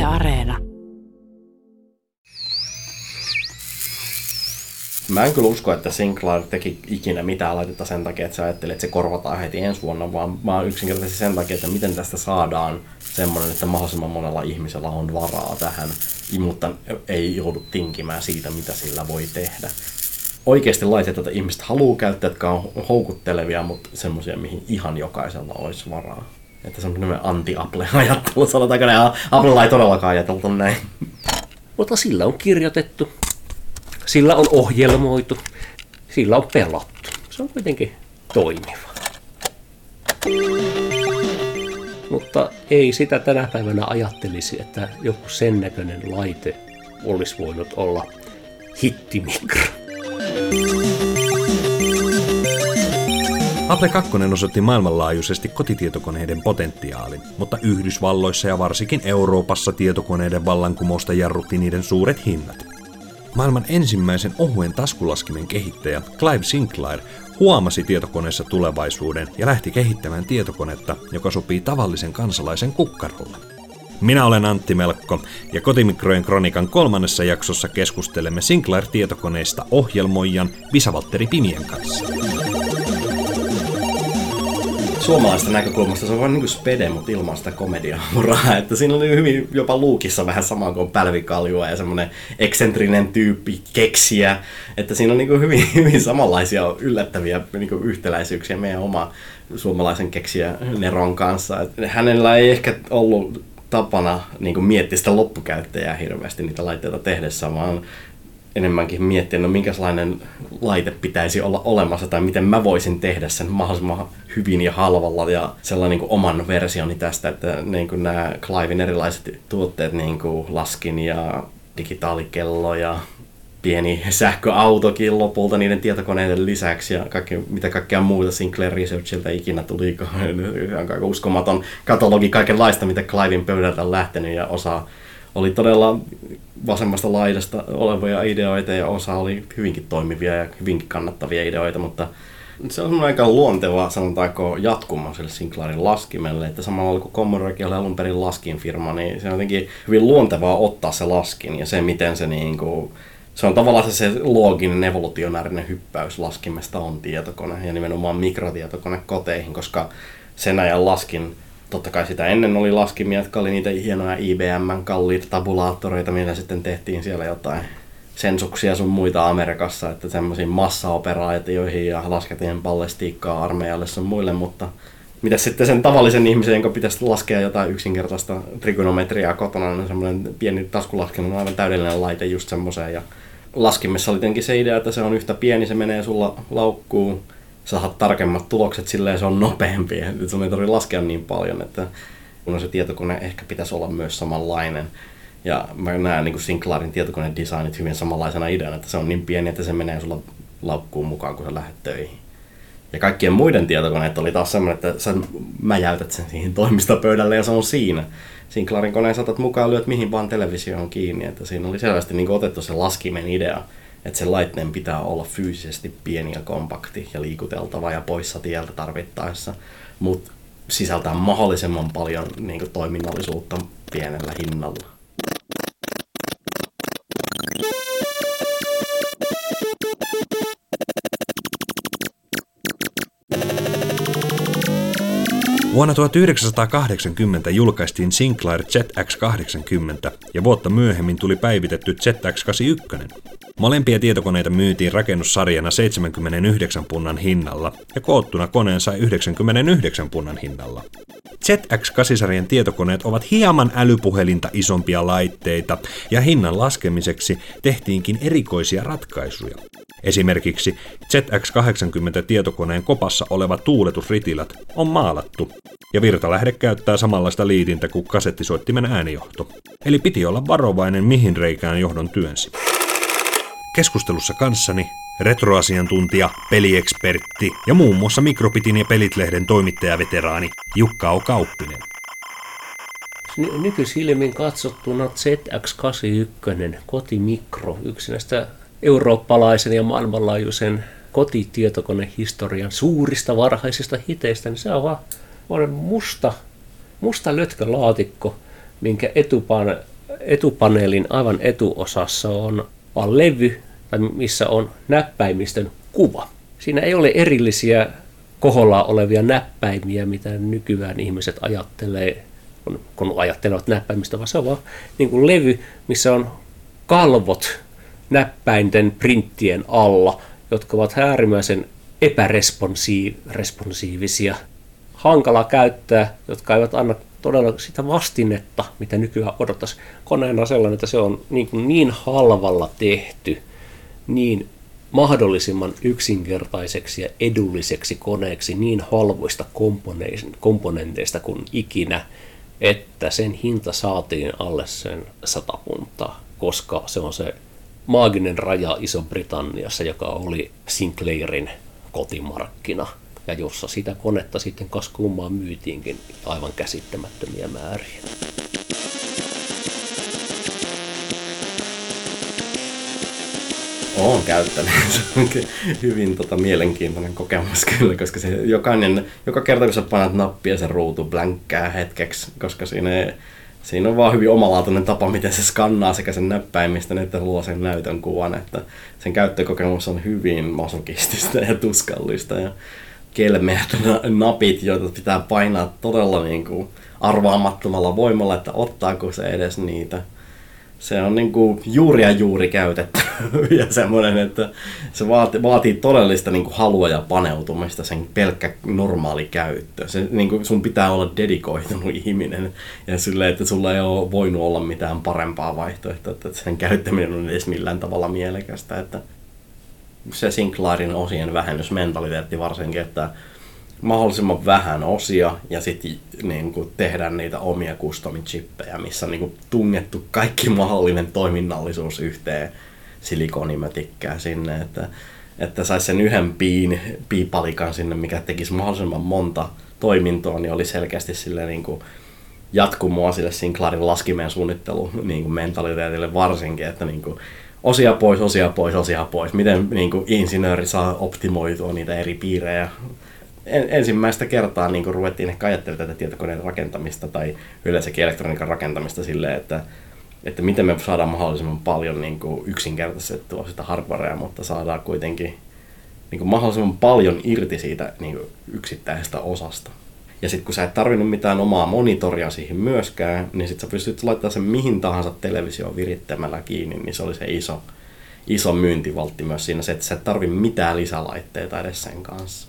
Areena. Mä en kyllä usko, että Sinclair teki ikinä mitään laitetta sen takia, että se ajatteli, että se korvataan heti ensi vuonna, vaan yksinkertaisesti sen takia, että miten tästä saadaan semmoinen, että mahdollisimman monella ihmisellä on varaa tähän, mutta ei joudu tinkimään siitä, mitä sillä voi tehdä. Oikeasti laitteita, että ihmiset haluaa käyttää, jotka on houkuttelevia, mutta semmoisia, mihin ihan jokaisella olisi varaa. Että se on semmoinen anti-Apple-ajattelu, sanotaanko näin. Applella ei todellakaan ajateltu näin. Mutta sillä on kirjoitettu, sillä on ohjelmoitu, sillä on pelattu. Se on kuitenkin toimiva. Mutta ei sitä tänä päivänä ajattelisi, että joku sen näköinen laite olisi voinut olla hittimikro. Apple 2 osoitti maailmanlaajuisesti kotitietokoneiden potentiaalin, mutta Yhdysvalloissa ja varsinkin Euroopassa tietokoneiden vallankumousta jarrutti niiden suuret hinnat. Maailman ensimmäisen ohuen taskulaskimen kehittäjä Clive Sinclair huomasi tietokoneessa tulevaisuuden ja lähti kehittämään tietokonetta, joka sopii tavallisen kansalaisen kukkarolle. Minä olen Antti Melkko ja Kotimikrojen kronikan 3. jaksossa keskustelemme Sinclair-tietokoneista ohjelmoijan Visa-Valtteri Pimien kanssa. Suomalaisesta näkökulmasta se on vain niin kuin spede, mutta ilman sitä komediahuraa. Että siinä on hyvin jopa luukissa vähän sama kuin pälvikaljua ja semmoinen eksentrinen tyyppi keksiä. Että siinä on niin kuin hyvin samanlaisia yllättäviä niin kuin yhtäläisyyksiä meidän oma suomalaisen keksijä Neron kanssa. Että hänellä ei ehkä ollut tapana niin kuin miettiä sitä loppukäyttäjää hirveästi niitä laitteita tehdessä, vaan enemmänkin miettiä, no minkälainen laite pitäisi olla olemassa tai miten mä voisin tehdä sen mahdollisimman hyvin ja halvalla ja sellainen niin kuin oman versioni tästä, että niin kuin nämä Cliven erilaiset tuotteet, niin kuin laskin ja digitaalikello ja pieni sähköautokin lopulta niiden tietokoneiden lisäksi ja mitä kaikkea muuta Sinclair Researchilta ikinä tuli, aika uskomaton katalogi kaikenlaista, mitä Cliven pöydältä on lähtenyt ja osa oli todella vasemmasta laidasta olevia ideoita ja osa oli hyvinkin toimivia ja hyvinkin kannattavia ideoita, mutta se on aika luonteva, sanotaanko, jatkuma sille Sinclairin laskimelle, että samalla kun Commodorekin oli alun perin laskinfirma, niin se on jotenkin hyvin luontevaa ottaa se laskin ja se, miten se niinku, se on tavallaan se looginen evolutionäärinen hyppäys laskimesta on tietokone ja nimenomaan mikrotietokone koteihin, koska sen ajan laskin, totta kai sitä ennen oli laskimia, jotka oli niitä hienoja IBM:n kalliita tabulaattoreita, millä sitten tehtiin siellä jotain sensuksia sun muita Amerikassa, että semmoisia massaoperaatioihin ja laskettiin ballistiikkaa armeijalle sun muille, mutta mitäs sitten sen tavallisen ihmisen, jonka pitäisi laskea jotain yksinkertaista trigonometriaa kotona, niin semmoinen pieni taskulaskelma on aivan täydellinen laite just semmoiseen. Ja laskimessa oli tietenkin se idea, että se on yhtä pieni, se menee sulla laukkuun, saat tarkemmat tulokset silleen, se on nopeampi, että sun ei tarvitse laskea niin paljon, että kun se tietokone ehkä pitäisi olla myös samanlainen. Ja mä näen niin kuin Sinclairin tietokoneen designit hyvin samanlaisena ideana, että se on niin pieni, että se menee sulla laukkuun mukaan, kun sä lähdet töihin. Ja kaikkien muiden tietokoneet oli taas semmoinen, että sä mäjäytät sen siihen toimistopöydälle ja se on siinä. Sinclairin koneen saatat mukaan, lyöt mihin vaan televisioon kiinni, että siinä oli selvästi niin kuin otettu se laskimen idea, että sen laitteen pitää olla fyysisesti pieni ja kompakti ja liikuteltava ja poissa tieltä tarvittaessa, mutta sisältää mahdollisimman paljon niin kuin toiminnallisuutta pienellä hinnalla. Vuonna 1980 julkaistiin Sinclair ZX80 ja vuotta myöhemmin tuli päivitetty ZX81. Molempia tietokoneita myytiin rakennussarjana 79 punnan hinnalla ja koottuna koneen sai 99 punnan hinnalla. ZX8-sarjan tietokoneet ovat hieman älypuhelinta isompia laitteita ja hinnan laskemiseksi tehtiinkin erikoisia ratkaisuja. Esimerkiksi ZX80 tietokoneen kopassa olevat tuuletusritilät on maalattu ja virtalähde käyttää samanlaista liitintä kuin kasettisoittimen äänijohto. Eli piti olla varovainen mihin reikään johdon työnsi. Keskustelussa kanssani retroasiantuntija, peliekspertti ja muun muassa Mikrobitin ja Pelit-lehden toimittajaveteraani Jukka O. Kauppinen. Nykysilmin katsottuna ZX81 Kotimikro, yksi näistä eurooppalaisen ja maailmanlaajuisen kotitietokonehistorian suurista varhaisista hiteistä, niin se on vaan musta lötkölaatikko, minkä etupaan etupaneelin aivan etuosassa on vaan levy, missä on näppäimistön kuva. Siinä ei ole erillisiä koholla olevia näppäimiä, mitä nykyään ihmiset ajattelee, kun ajattelevat näppäimistä, vaan se on vaan niin kuin levy, missä on kalvot näppäinten printtien alla, jotka ovat äärimmäisen epäresponsiivisia, hankala käyttää, jotka eivät anna todella sitä vastinetta, mitä nykyään odottaisi. Koneena sellainen, että se on niin halvalla tehty, niin mahdollisimman yksinkertaiseksi ja edulliseksi koneeksi niin halvoista komponenteista kuin ikinä, että sen hinta saatiin alle sen 100 puntaa, koska se on se maaginen raja Iso-Britanniassa, joka oli Sinclairin kotimarkkina, ja jossa sitä konetta sitten kas kummaa myytiinkin aivan käsittämättömiä määriä. Olen käyttänyt. Se on hyvin mielenkiintoinen kokemus kyllä, koska se joka kerta kun sä painat nappia, se ruutu blänkkää hetkeksi, koska siinä on vaan hyvin omalaatuinen tapa, miten se skannaa sekä sen näppäimistä, että luo sen näytön kuvan, että sen käyttökokemus on hyvin masokistista ja tuskallista ja kelmeät napit, joita pitää painaa todella niin kuin arvaamattomalla voimalla, että ottaako se edes niitä. Se on niin kuin juuri käytetty ja semmoinen, että se vaatii todellista niin kuin halua ja paneutumista sen pelkkä normaali käyttö. Se, niin kuin sun pitää olla dedikoitunut ihminen ja silleen, että sulla ei ole voinut olla mitään parempaa vaihtoehtoa, että sen käyttäminen on edes millään tavalla mielekästä. Että se Sinclairin osien vähennysmentaliteetti varsinkin, että mahdollisimman vähän osia ja sitten niin tehdään niitä omia custom-chippejä, missä on niin tungettu kaikki mahdollinen toiminnallisuus yhteen silikonimätikkää sinne, että saisi sen yhden piipalikan sinne, mikä tekisi mahdollisimman monta toimintoa, niin oli selkeästi sille niin kuin jatkumoa sille Sinclairin laskimeen suunnittelu niin mentaliteetille varsinkin, että niin kuin osia pois, miten niin kuin insinööri saa optimoitua niitä eri piirejä. Ensimmäistä kertaa niin kuin ruvettiin ehkä ajattelemaan tätä tietokoneen rakentamista tai yleensäkin elektroniikan rakentamista silleen, että miten me saadaan mahdollisimman paljon niin kuin yksinkertaistettua sitä hardwarea, mutta saadaan kuitenkin niin kuin mahdollisimman paljon irti siitä niin kuin yksittäisestä osasta. Ja sitten kun sä et tarvinnut mitään omaa monitoria siihen myöskään, niin sitten sä pystyt laittamaan sen mihin tahansa televisioon virittämällä kiinni, niin se oli se iso myyntivaltti myös siinä, se, että sä et tarvi mitään lisälaitteita edes sen kanssa.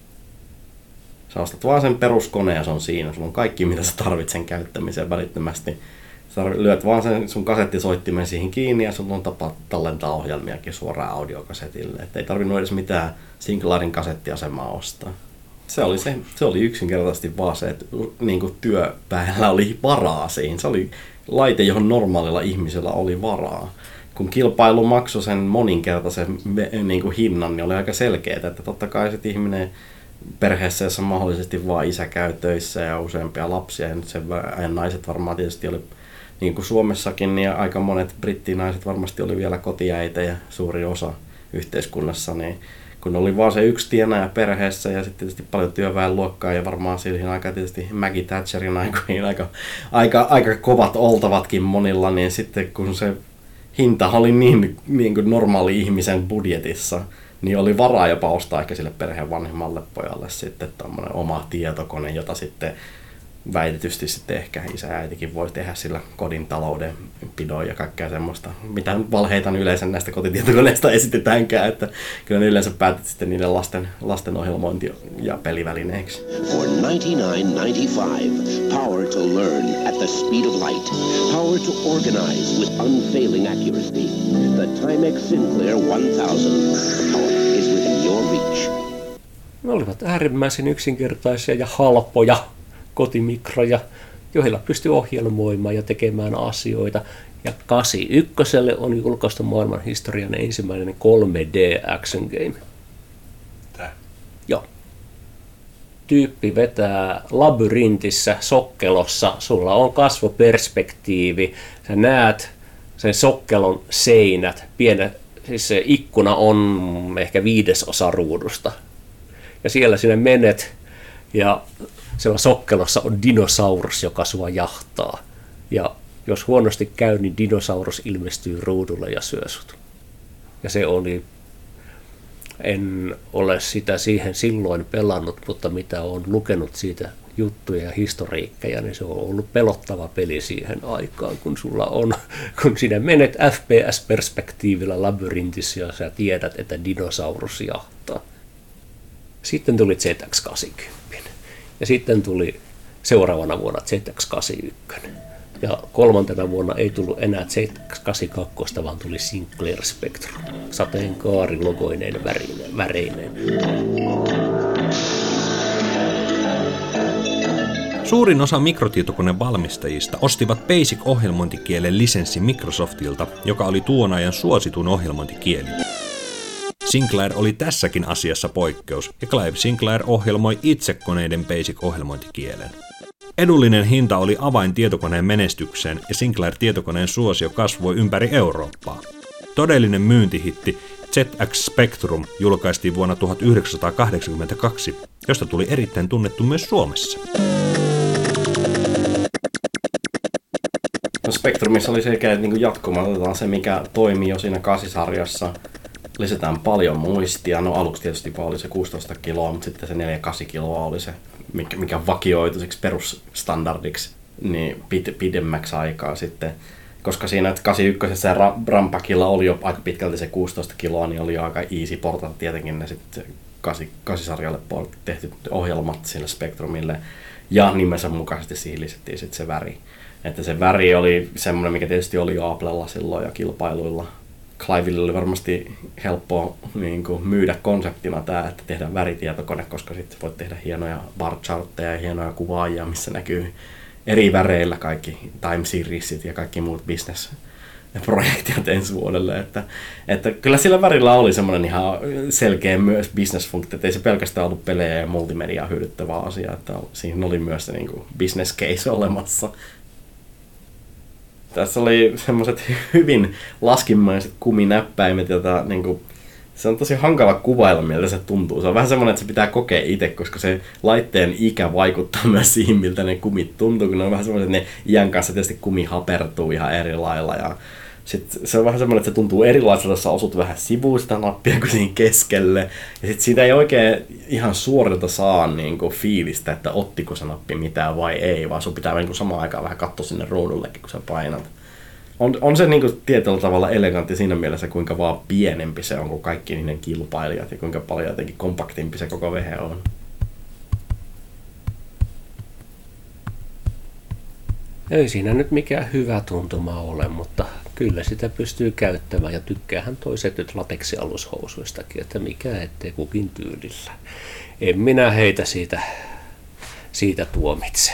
Sä ostat vaan sen peruskoneen ja se on siinä. Sulla on kaikki, mitä sä tarvitset sen käyttämiseen välittömästi. Sä lyöt vaan sen sun kasettisoittimen siihen kiinni ja sulla on tapa tallentaa ohjelmiakin suoraan audiokasetille. Et ei tarvinnut edes mitään Sinclairin kasettiasemaa ostaa. Se oli yksinkertaisesti vaan se, että niin kuin työpäivällä oli varaa siihen. Se oli laite, johon normaalilla ihmisellä oli varaa. Kun kilpailu maksoi sen moninkertaisen niin kuin hinnan, niin oli aika selkeää, että totta kai sit ihminen perheessä, jossa mahdollisesti vaan isä käy töissä ja useampia lapsia, ja nyt sen ajan naiset varmaan tietysti oli, niin kuin Suomessakin, niin aika monet brittinaiset varmasti oli vielä kotiäitejä, suuri osa yhteiskunnassa, niin kun oli vaan se yksi tienaaja perheessä ja sitten tietysti paljon työväenluokkaa ja varmaan siihen aikaan tietysti Maggie Thatcherin aikoihin aika kovat oltavatkin monilla, niin sitten kun se hinta oli niin kuin normaali ihmisen budjetissa, niin oli varaa jopa ostaa ehkä sille perheen vanhemmalle pojalle sitten tommoinen oma tietokone, jota sitten väitetysti sitten ehkä isä ja äitikin voi tehdä sillä kodin taloudenpidon ja kaikkea semmoista. Mitään valheita yleensä näistä kotitietokoneista esitetäänkään, että kyllä ne yleensä päätet sitten niiden lasten ohjelmointi- ja pelivälineeksi. For $99.95, power to learn at the speed of light, power to organize with unfailing accuracy. The Timex Sinclair 1000, power is within your reach. Ne olivat äärimmäisen yksinkertaisia ja halpoja kotimikroja, joilla pystyy ohjelmoimaan ja tekemään asioita. Ja 81 on julkaistu maailman historian ensimmäinen 3D action game. Tää? Joo. Tyyppi vetää labyrintissä, sokkelossa, sulla on kasvoperspektiivi, sä näet sen sokkelon seinät, siis se ikkuna on ehkä 1/5 ruudusta. Ja siellä sinä menet ja siellä sokkelossa on dinosaurus, joka sua jahtaa. Ja jos huonosti käy, niin dinosaurus ilmestyy ruudulle ja syö sut. Ja se oli, en ole sitä siihen silloin pelannut, mutta mitä olen lukenut siitä juttuja ja historiikkeja, niin se on ollut pelottava peli siihen aikaan, kun sinä menet FPS-perspektiivillä labyrintissä ja sä tiedät, että dinosaurus jahtaa. Sitten tuli ZX80 ja sitten tuli seuraavana vuonna ZX81. Ja kolmantena vuonna ei tullut enää ZX82, vaan tuli Sinclair Spectrum, sateenkaarilogoineen väreineen. Suurin osa mikrotietokonevalmistajista ostivat BASIC-ohjelmointikielen lisenssin Microsoftilta, joka oli tuon ajan suosituin ohjelmointikieli. Sinclair oli tässäkin asiassa poikkeus, ja Clive Sinclair ohjelmoi itse koneiden BASIC-ohjelmointikielen. Edullinen hinta oli avain tietokoneen menestykseen, ja Sinclair-tietokoneen suosio kasvoi ympäri Eurooppaa. Todellinen myyntihitti ZX Spectrum julkaistiin vuonna 1982, josta tuli erittäin tunnettu myös Suomessa. No Spectrumissa oli selkeä niin jatkuma, otetaan se mikä toimi jo siinä 8-sarjassa. Lisätään paljon muistia, no aluksi tietysti vaan oli se 16 kiloa, mutta sitten se 4-8 kiloa oli se, mikä vakioituiseksi perusstandardiksi niin pidemmäksi aikaa sitten. Koska siinä 81 ja Rampakilla oli jo aika pitkälti se 16 kiloa, niin oli jo aika easy portata tietenkin ne sitten 8-sarjalle tehty ohjelmat sille Spectrumille. Ja nimensä mukaisesti siihen lisättiin sitten se väri. Että se väri oli semmoinen, mikä tietysti oli jo Applella silloin ja kilpailuilla. Clivelle oli varmasti helppoa niin kuin myydä konseptina tämä, että tehdään väritietokone, koska sitten voit tehdä hienoja bar chartteja ja hienoja kuvaajia, missä näkyy eri väreillä kaikki time seriesit ja kaikki muut business-projektit ensi vuodelle. Että kyllä sillä värillä oli semmoinen ihan selkeä myös business-funktio, että ei se pelkästään ollut pelejä ja multimediaa hyödyttävä asia, että siinä oli myös se niin kuin business case olemassa. Tässä oli semmoiset hyvin laskimaiset kuminäppäimet, jota niinku, se on tosi hankala kuvailla, miltä se tuntuu. Se on vähän semmoinen, että se pitää kokea itse, koska se laitteen ikä vaikuttaa myös siihen, miltä ne kumit tuntuu. Kun ne on vähän semmoiset, että ne iän kanssa tietysti kumi hapertuu ihan eri lailla. Ja sitten se on vähän semmoinen, että se tuntuu erilaiselta, jos sä osut vähän sivuun sitä nappia kuin siinä keskelle. Ja sitten siitä ei oikein ihan suorilta saa niinku fiilistä, että ottiko se nappi mitään vai ei, vaan sun pitää niinku samaan aikaan vähän katsoa sinne ruudullekin, kun sä painat. On se niinku tietyllä tavalla elegantti siinä mielessä, kuinka vaan pienempi se on kuin kaikki niiden kilpailijat ja kuinka paljon jotenkin kompaktimpi se koko vehe on. Ei siinä nyt mikään hyvä tuntuma ole, mutta kyllä sitä pystyy käyttämään ja tykkäähän toiset nyt lateksialushousuistakin, että mikä ettei kukin tyylillä. En minä heitä siitä tuomitse.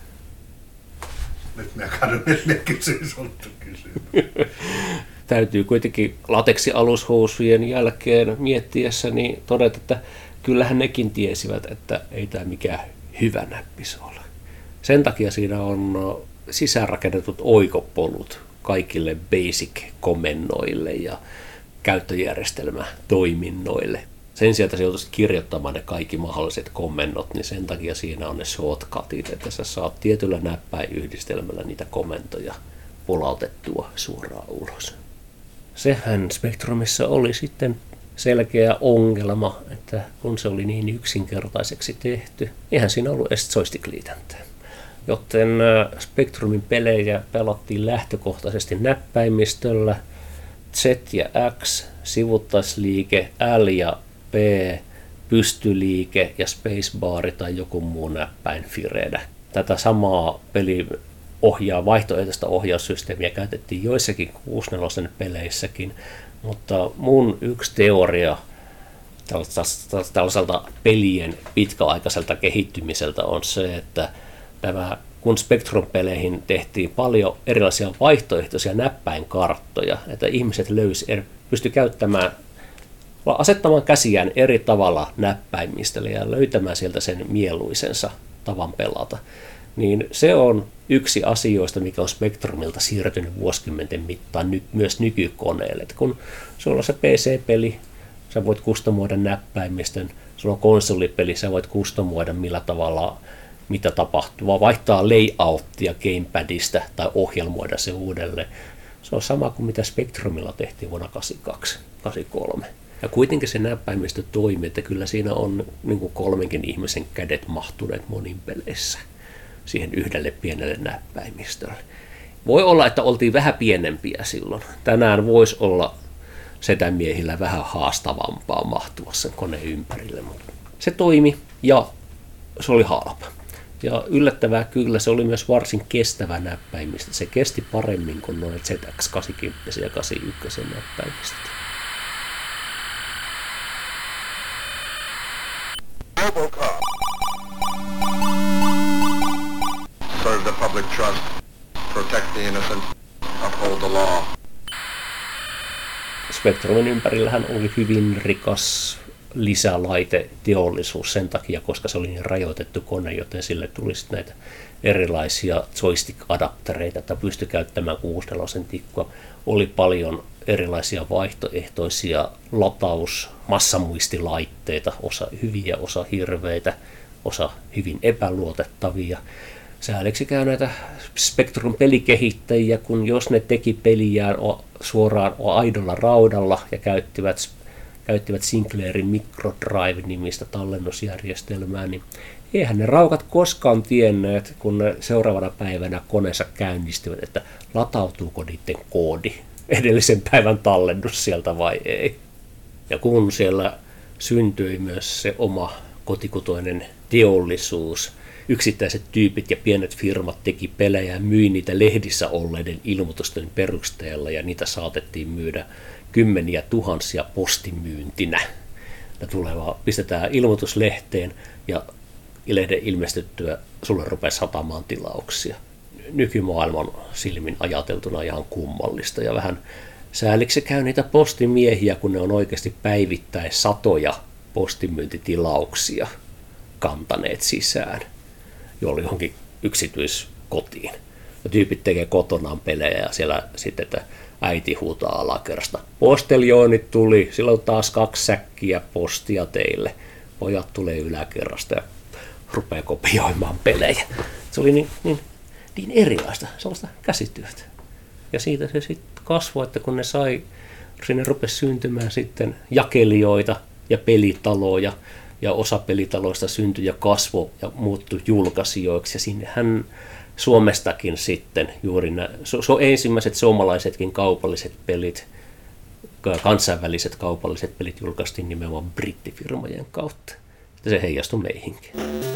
Nyt minä kadun kysyä sulta kysymään. Täytyy kuitenkin lateksialushousujen jälkeen miettiessä niin todeta, että kyllähän nekin tiesivät, että ei tämä mikään hyvä näppis ole. Sen takia siinä on sisäänrakennetut oikopolut kaikille basic-komennoille ja käyttöjärjestelmätoiminnoille. Sen sijaan, että sä joutuisit kirjoittamaan ne kaikki mahdolliset komennot, niin sen takia siinä on ne shortcutit, että sä saat tietyllä näppäinyhdistelmällä niitä komentoja polautettua suoraan ulos. Sehän Spectrumissa oli sitten selkeä ongelma, että kun se oli niin yksinkertaiseksi tehty, eihän siinä ollut edes joystick-liitäntää. Joten Spectrumin pelejä pelattiin lähtökohtaisesti näppäimistöllä, Z ja X, sivuttaisliike, L ja P, pystyliike ja spacebar tai joku muu näppäin firedä. Tätä samaa vaihtoehtoista ohjaussysteemiä käytettiin joissakin 64 peleissäkin, mutta mun yksi teoria tällaiselta pelien pitkäaikaiselta kehittymiseltä on se, että kun Spectrum-peleihin tehtiin paljon erilaisia vaihtoehtoisia näppäinkarttoja, että ihmiset pysty käyttämään, asettamaan käsiään eri tavalla näppäimistölle ja löytämään sieltä sen mieluisensa tavan pelata, niin se on yksi asioista, mikä on Spectrumilta siirtynyt vuosikymmenten mittaan myös nykykoneelle. Että kun sulla on se PC-peli, sä voit kustomoida näppäimistön, sulla on konsolipeli, sä voit kustomoida millä tavalla mitä tapahtuu, vaan vaihtaa layouttia gamepadista tai ohjelmoida se uudelleen. Se on sama kuin mitä Spectrumilla tehtiin vuonna 1982-1983. Ja kuitenkin se näppäimistö toimii, että kyllä siinä on niin kuin 3 ihmisen kädet mahtuneet monin peleissä siihen yhdelle pienelle näppäimistölle. Voi olla, että oltiin vähän pienempiä silloin. Tänään voisi olla setämiehillä vähän haastavampaa mahtua sen koneen ympärille, mutta se toimi ja se oli halpa. Ja yllättävää kyllä, se oli myös varsin kestävä näppäimistö. Se kesti paremmin kuin noin ZX80 ja 81 näppäimistöt. Robocop. Serve the public trust, protect the innocent, uphold the law. Spectrumin ympärillähän oli hyvin rikas lisälaiteteollisuus sen takia, koska se oli niin rajoitettu kone, joten sille tuli näitä erilaisia joystick-adaptereita, että pystyi käyttämään 6/4 tikkua. Oli paljon erilaisia vaihtoehtoisia lataus- massamuistilaitteita, osa hyviä, osa hirveitä, osa hyvin epäluotettavia. Sääliksi käy näitä Spectrum pelikehittäjiä, kun jos ne teki peliään suoraan aidolla raudalla ja käyttivät Sinclairin Microdrive-nimistä tallennusjärjestelmää, niin eihän ne raukat koskaan tienneet, kun ne seuraavana päivänä koneessa käynnistivät, että latautuuko niiden koodi, edellisen päivän tallennus sieltä vai ei. Ja kun siellä syntyi myös se oma kotikutoinen teollisuus, yksittäiset tyypit ja pienet firmat teki pelejä ja myi niitä lehdissä olleiden ilmoitusten perusteella ja niitä saatettiin myydä kymmeniä tuhansia postimyyntinä. Pistetään ilmoituslehteen ja lehden ilmestyttyä sulle rupeaa satamaan tilauksia. Nykymaailman silmin ajateltuna ihan kummallista ja vähän sääliksi käy niitä postimiehiä, kun ne on oikeasti päivittäin satoja postimyyntitilauksia kantaneet sisään johonkin yksityiskotiin. Ja tyypit tekee kotonaan pelejä ja siellä sitten, että äiti huutaa alakerrasta. Posteljoonit tuli, silloin taas 2 säkkiä postia teille. Pojat tulee yläkerrasta ja rupeaa kopioimaan pelejä. Se oli niin erilaista, sellaista käsityötä. Ja siitä se sitten kasvoi, että kun sinne rupesi syntymään sitten jakelijoita ja pelitaloja, ja osa pelitaloista syntyi ja kasvoi ja muuttui julkaisijoiksi. Ja sinnehän Suomestakin sitten juuri ensimmäiset suomalaisetkin kaupalliset pelit, kansainväliset kaupalliset pelit julkaistiin nimenomaan brittifirmojen kautta. Ja se heijastui meihinkin.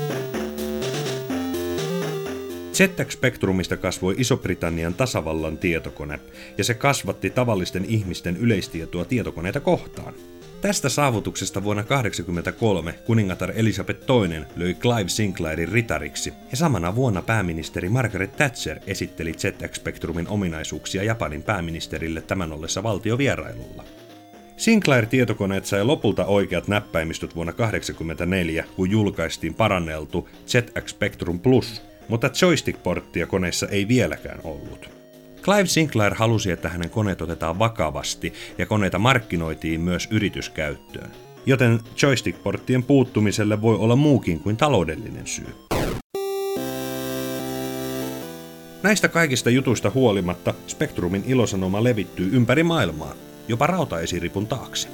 ZX Spectrumista kasvoi Iso-Britannian tasavallan tietokone, ja se kasvatti tavallisten ihmisten yleistietoa tietokoneita kohtaan. Tästä saavutuksesta vuonna 1983 kuningatar Elisabeth II löi Clive Sinclairin ritariksi, ja samana vuonna pääministeri Margaret Thatcher esitteli ZX Spectrumin ominaisuuksia Japanin pääministerille tämän ollessa valtiovierailulla. Sinclair-tietokoneet sai lopulta oikeat näppäimistöt vuonna 1984, kun julkaistiin paranneltu ZX Spectrum Plus, mutta joystick-porttia koneessa ei vieläkään ollut. Clive Sinclair halusi, että hänen koneet otetaan vakavasti ja koneita markkinoitiin myös yrityskäyttöön, joten joystick-porttien puuttumiselle voi olla muukin kuin taloudellinen syy. Näistä kaikista jutuista huolimatta Spectrumin ilosanoma levittyy ympäri maailmaa, jopa rautaesiripun taakse.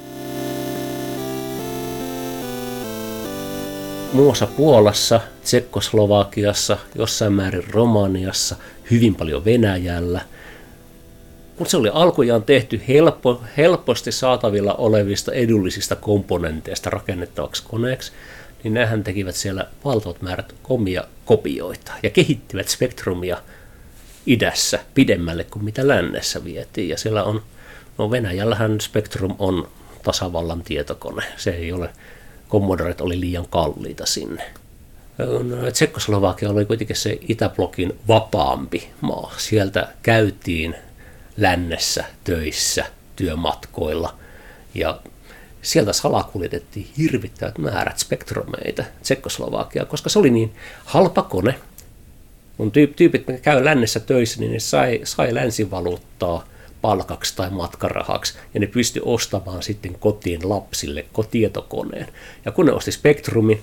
Muun muassa Puolassa, Tsekkoslovakiassa, jossain määrin Romaniassa, hyvin paljon Venäjällä. Kun se oli alkujaan tehty helposti saatavilla olevista edullisista komponenteista rakennettavaksi koneeksi, niin nehän tekivät siellä valtavat määrät omia kopioita ja kehittivät Spectrumia idässä pidemmälle kuin mitä lännessä vietiin. Ja siellä Venäjällähän Spectrum on tasavallan tietokone. Se ei ole, Commodoret oli liian kalliita sinne. Tsekkoslovakia oli kuitenkin se Itäblokin vapaampi maa. Sieltä käytiin lännessä töissä, työmatkoilla ja sieltä salakuljetettiin hirvittävät määrät Spectrumeita Tsekkoslovakiaan, koska se oli niin halpa kone. Kun tyypit käy lännessä töissä, niin ne sai länsivaluuttaa palkaksi tai matkarahaksi, ja ne pystyi ostamaan sitten kotiin lapsille tietokoneen. Ja kun ne osti Spectrumin,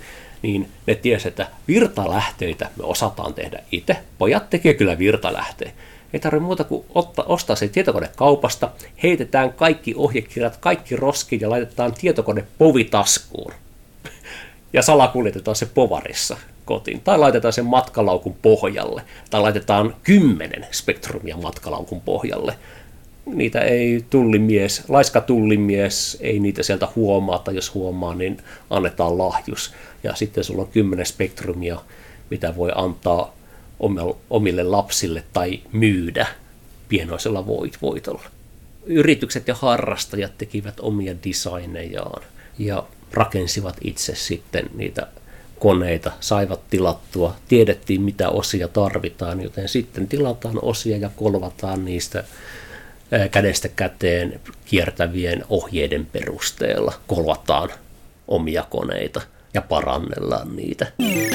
niin ne tiesi, että virtalähteitä me osataan tehdä itse. Pojat tekee kyllä virtalähteitä. Ei tarvitse muuta kuin ostaa se tietokone kaupasta, heitetään kaikki ohjekirjat, kaikki roskiin ja laitetaan tietokone povitaskuun. Ja salakuljetetaan se povarissa kotiin. Tai laitetaan sen matkalaukun pohjalle. Tai laitetaan 10 spektrumia matkalaukun pohjalle. Niitä ei laiska tullimies, ei niitä sieltä huomaa, tai jos huomaa, niin annetaan lahjus. Ja sitten sulla on 10 spektrumia, mitä voi antaa omille lapsille tai myydä pienoisella voitolla. Yritykset ja harrastajat tekivät omia designejaan ja rakensivat itse sitten niitä koneita, saivat tilattua, tiedettiin mitä osia tarvitaan, joten sitten tilataan osia ja kolvataan niistä kädestä käteen kiertävien ohjeiden perusteella, kolvataan omia koneita ja parannellaan niitä.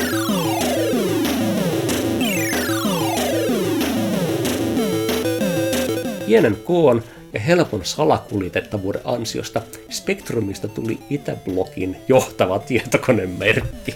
Pienen koon ja helpon salakuljetettavuuden ansiosta Spectrumista tuli Itäblokin johtava tietokonemerkki.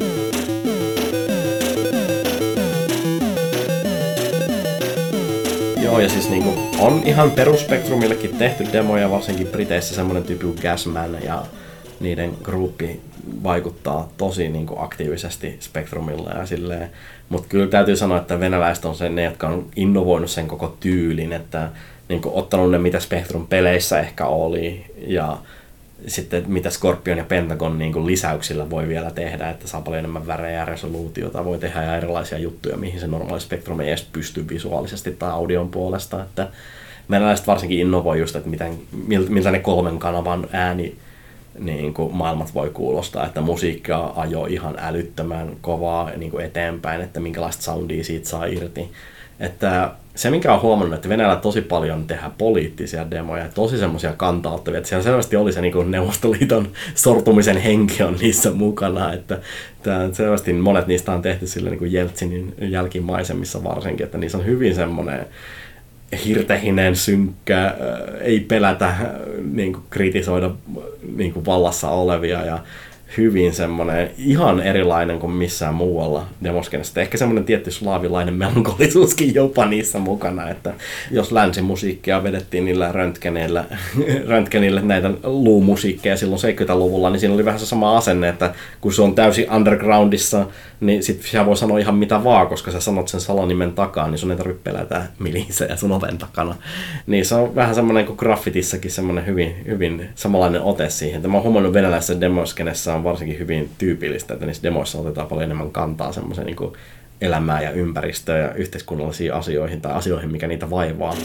Joo, ja siis niinku on ihan perusspektrumillekin tehty demoja, varsinkin Briteissä semmoinen tyyppi kuin Gasman, ja niiden gruppi vaikuttaa tosi niinku aktiivisesti Spectrumilla ja silleen. Mutta kyllä täytyy sanoa, että venäläiset on ne, jotka on innovoinut sen koko tyylin, että niinku ottanut ne, mitä Spectrum-peleissä ehkä oli, ja sitten mitä Scorpion ja Pentagon niinku lisäyksillä voi vielä tehdä, että saa paljon enemmän värejä ja resoluutiota, voi tehdä ja erilaisia juttuja, mihin se normaali Spectrum ei edes pysty visuaalisesti tai audion puolesta. Että venäläiset varsinkin innovoi just, että miltä ne 3 kanavan ääni niin kuin maailmat voi kuulostaa, että musiikkia ajoi ihan älyttömän kovaa niin kuin eteenpäin, että minkälaista soundia siitä saa irti. Että se, minkä on huomannut, että Venäjällä tosi paljon tehdään poliittisia demoja, tosi semmoisia kantauttavia, että siellä selvästi oli se niin kuin Neuvostoliiton sortumisen henki on niissä mukana, että selvästi monet niistä on tehty sillä niin kuin Jeltsinin jälkimaisemissa varsinkin, että niissä on hyvin semmoinen hirtehinen, synkkä, ei pelätä niin kuin kritisoida niin kuin vallassa olevia ja hyvin semmoinen ihan erilainen kuin missään muualla demoskenessa. Ehkä semmoinen tietty slaavilainen melankolisuuskin jopa niissä mukana, että jos länsimusiikkia vedettiin niillä röntgenillä näitä luumusiikkeja silloin 70-luvulla, niin siinä oli vähän se sama asenne, että kun se on täysin undergroundissa, niin sit sä voi sanoa ihan mitä vaan, koska sä sanot sen salanimen takaa, niin sun ei tarvitse pelätä milisejä sun oven takana. Niin se on vähän semmoinen kuin graffitissakin semmoinen hyvin samanlainen ote siihen. Mä oon huomannut venäläisessä demoskenessä on varsinkin hyvin tyypillistä, että niissä demoissa otetaan paljon enemmän kantaa semmoisen niin kuin elämään ja ympäristöön ja yhteiskunnallisiin asioihin tai asioihin, mikä niitä vaivaa.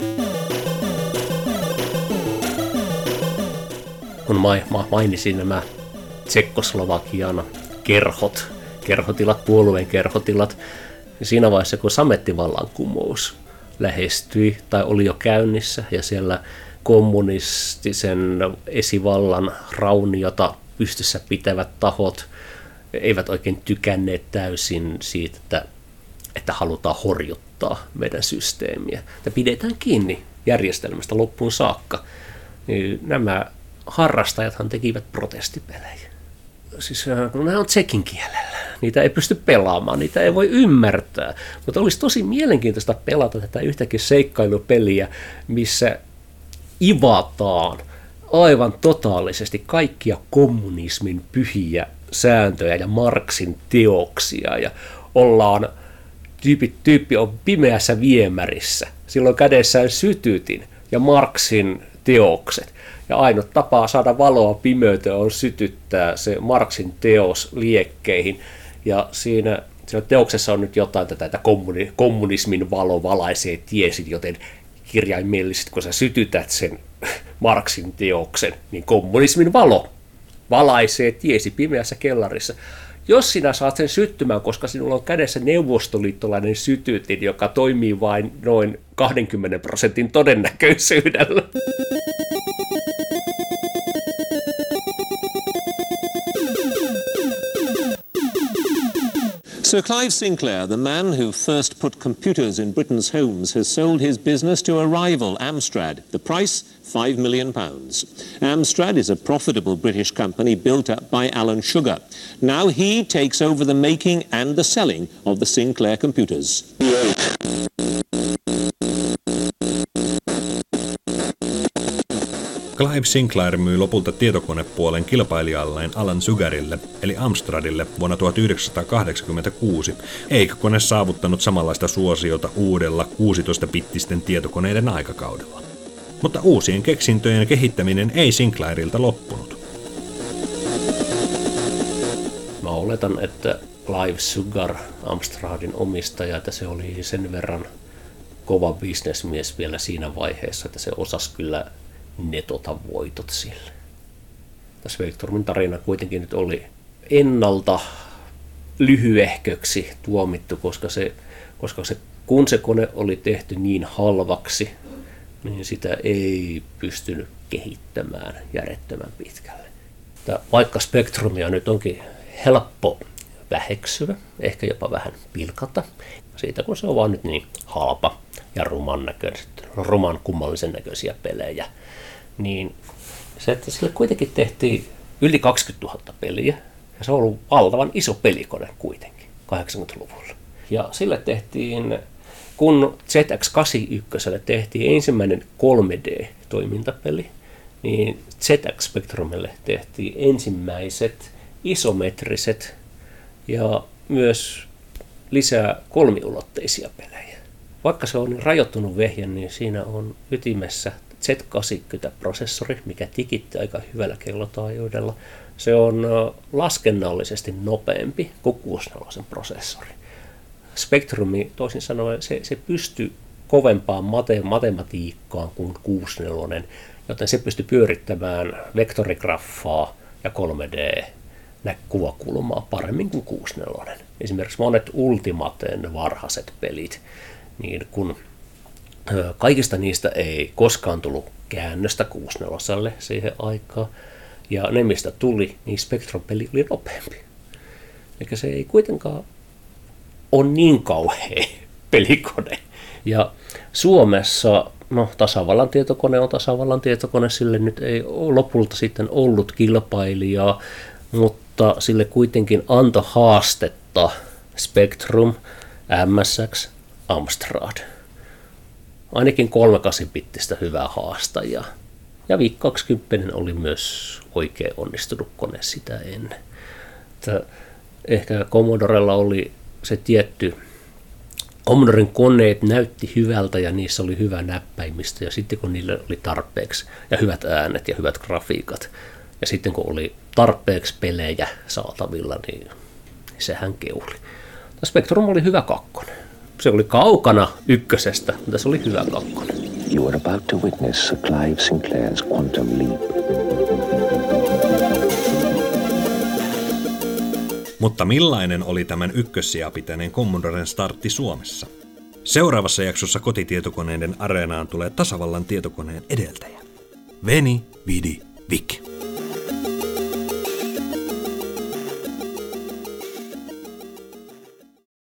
Kun mainisin nämä Tsekkoslovakian kerhotilat, puolueen kerhotilat, niin siinä vaiheessa, kun samettivallankumous lähestyi tai oli jo käynnissä ja siellä kommunistisen esivallan rauniota pystyssä pitävät tahot eivät oikein tykänneet täysin siitä, että halutaan horjuttaa meidän systeemiä. Että pidetään kiinni järjestelmästä loppuun saakka. Niin nämä harrastajathan tekivät protestipelejä. Siis nämä on tsekin kielellä. Niitä ei pysty pelaamaan, niitä ei voi ymmärtää. Mutta olisi tosi mielenkiintoista pelata tätä yhtäkin seikkailupeliä, missä ivataan aivan totaalisesti kaikkia kommunismin pyhiä sääntöjä ja Marxin teoksia ja ollaan, tyyppi on pimeässä viemärissä, silloin kädessään sytytin ja Marxin teokset ja ainut tapa saada valoa pimeyteen on sytyttää se Marxin teos liekkeihin ja siinä teoksessa on nyt jotain tätä, että kommunismin valo valaisee tiesit, joten kirjaimellisesti, kun sä sytytät sen Marxin teoksen, niin kommunismin valo valaisee tiesi pimeässä kellarissa. Jos sinä saat sen syttymään, koska sinulla on kädessä neuvostoliittolainen sytytin, joka toimii vain noin 20% todennäköisyydellä. Sir Clive Sinclair, the man who first put computers in Britain's homes, has sold his business to a rival, Amstrad. The price, £5 million. Amstrad is a profitable British company built up by Alan Sugar. Now he takes over the making and the selling of the Sinclair computers. Clive Sinclair myi lopulta tietokonepuolen kilpailijalleen Alan Sugarille, eli Amstradille, vuonna 1986, eikä kone saavuttanut samanlaista suosiota uudella 16-bittisten tietokoneiden aikakaudella. Mutta uusien keksintöjen kehittäminen ei Sinclairilta loppunut. Mä oletan, että Clive Sugar, Amstradin omistaja, että se oli sen verran kova bisnesmies vielä siinä vaiheessa, että se osasi kyllä netota voitot sille. Spectrumin tarina kuitenkin nyt oli ennalta lyhyehköksi tuomittu, koska kun se kone oli tehty niin halvaksi, niin sitä ei pystynyt kehittämään järjettömän pitkälle. Vaikka Spectrumia nyt onkin helppo väheksyä, ehkä jopa vähän pilkata, siitä kun se on vaan nyt niin halpa ja ruman kummallisen näköisiä pelejä, niin se, että sille kuitenkin tehtiin yli 20 000 peliä, ja se on ollut valtavan iso pelikone kuitenkin 80-luvulla. Ja sille tehtiin, kun ZX81 tehtiin ensimmäinen 3D-toimintapeli, niin ZX Spectrumille tehtiin ensimmäiset isometriset ja myös lisää kolmiulotteisia pelejä. Vaikka se on niin rajoittunut vehje, niin siinä on ytimessä Z80-prosessori, mikä tikitti aika hyvällä kellotaajuudella. Se on laskennallisesti nopeampi kuin 64 prosessori. Spectrumi, toisin sanoen, se pystyy kovempaan matematiikkaan kuin 64, joten se pystyy pyörittämään vektorigraffaa ja 3D-kuvakulmaa paremmin kuin 64. Esimerkiksi monet Ultimaten varhaiset pelit, niin kun kaikista niistä ei koskaan tullut käännöstä 64 siihen aikaan, ja ne mistä tuli, niin Spectrum-peli oli nopeampi. Eli se ei kuitenkaan ole niin kauhea pelikone. Ja Suomessa, tasavallan tietokone on tasavallan tietokone, sille nyt ei ole lopulta sitten ollut kilpailijaa, mutta sille kuitenkin antoi haastetta Spectrum, MSX, Amstrad. Ainakin 38-bittistä hyvää haastajaa. Ja VIC 20 oli myös oikein onnistunut kone sitä ennen. Ehkä Commodorella oli se tietty, Commodoren koneet näytti hyvältä ja niissä oli hyvä näppäimistö, ja sitten kun niillä oli tarpeeksi ja hyvät äänet ja hyvät grafiikat, ja sitten kun oli tarpeeksi pelejä saatavilla, niin sehän keuli. Spectrum oli hyvä kakkonen. Se oli kaukana ykkösestä, mutta se oli hyvä kakkonen. You are about to witness Sir Clive Sinclair's quantum leap. Mutta millainen oli tämän ykkössijaa pitäneen Commodoren startti Suomessa? Seuraavassa jaksossa kotitietokoneiden areenaan tulee tasavallan tietokoneen edeltäjä. Veni, vidi, vic.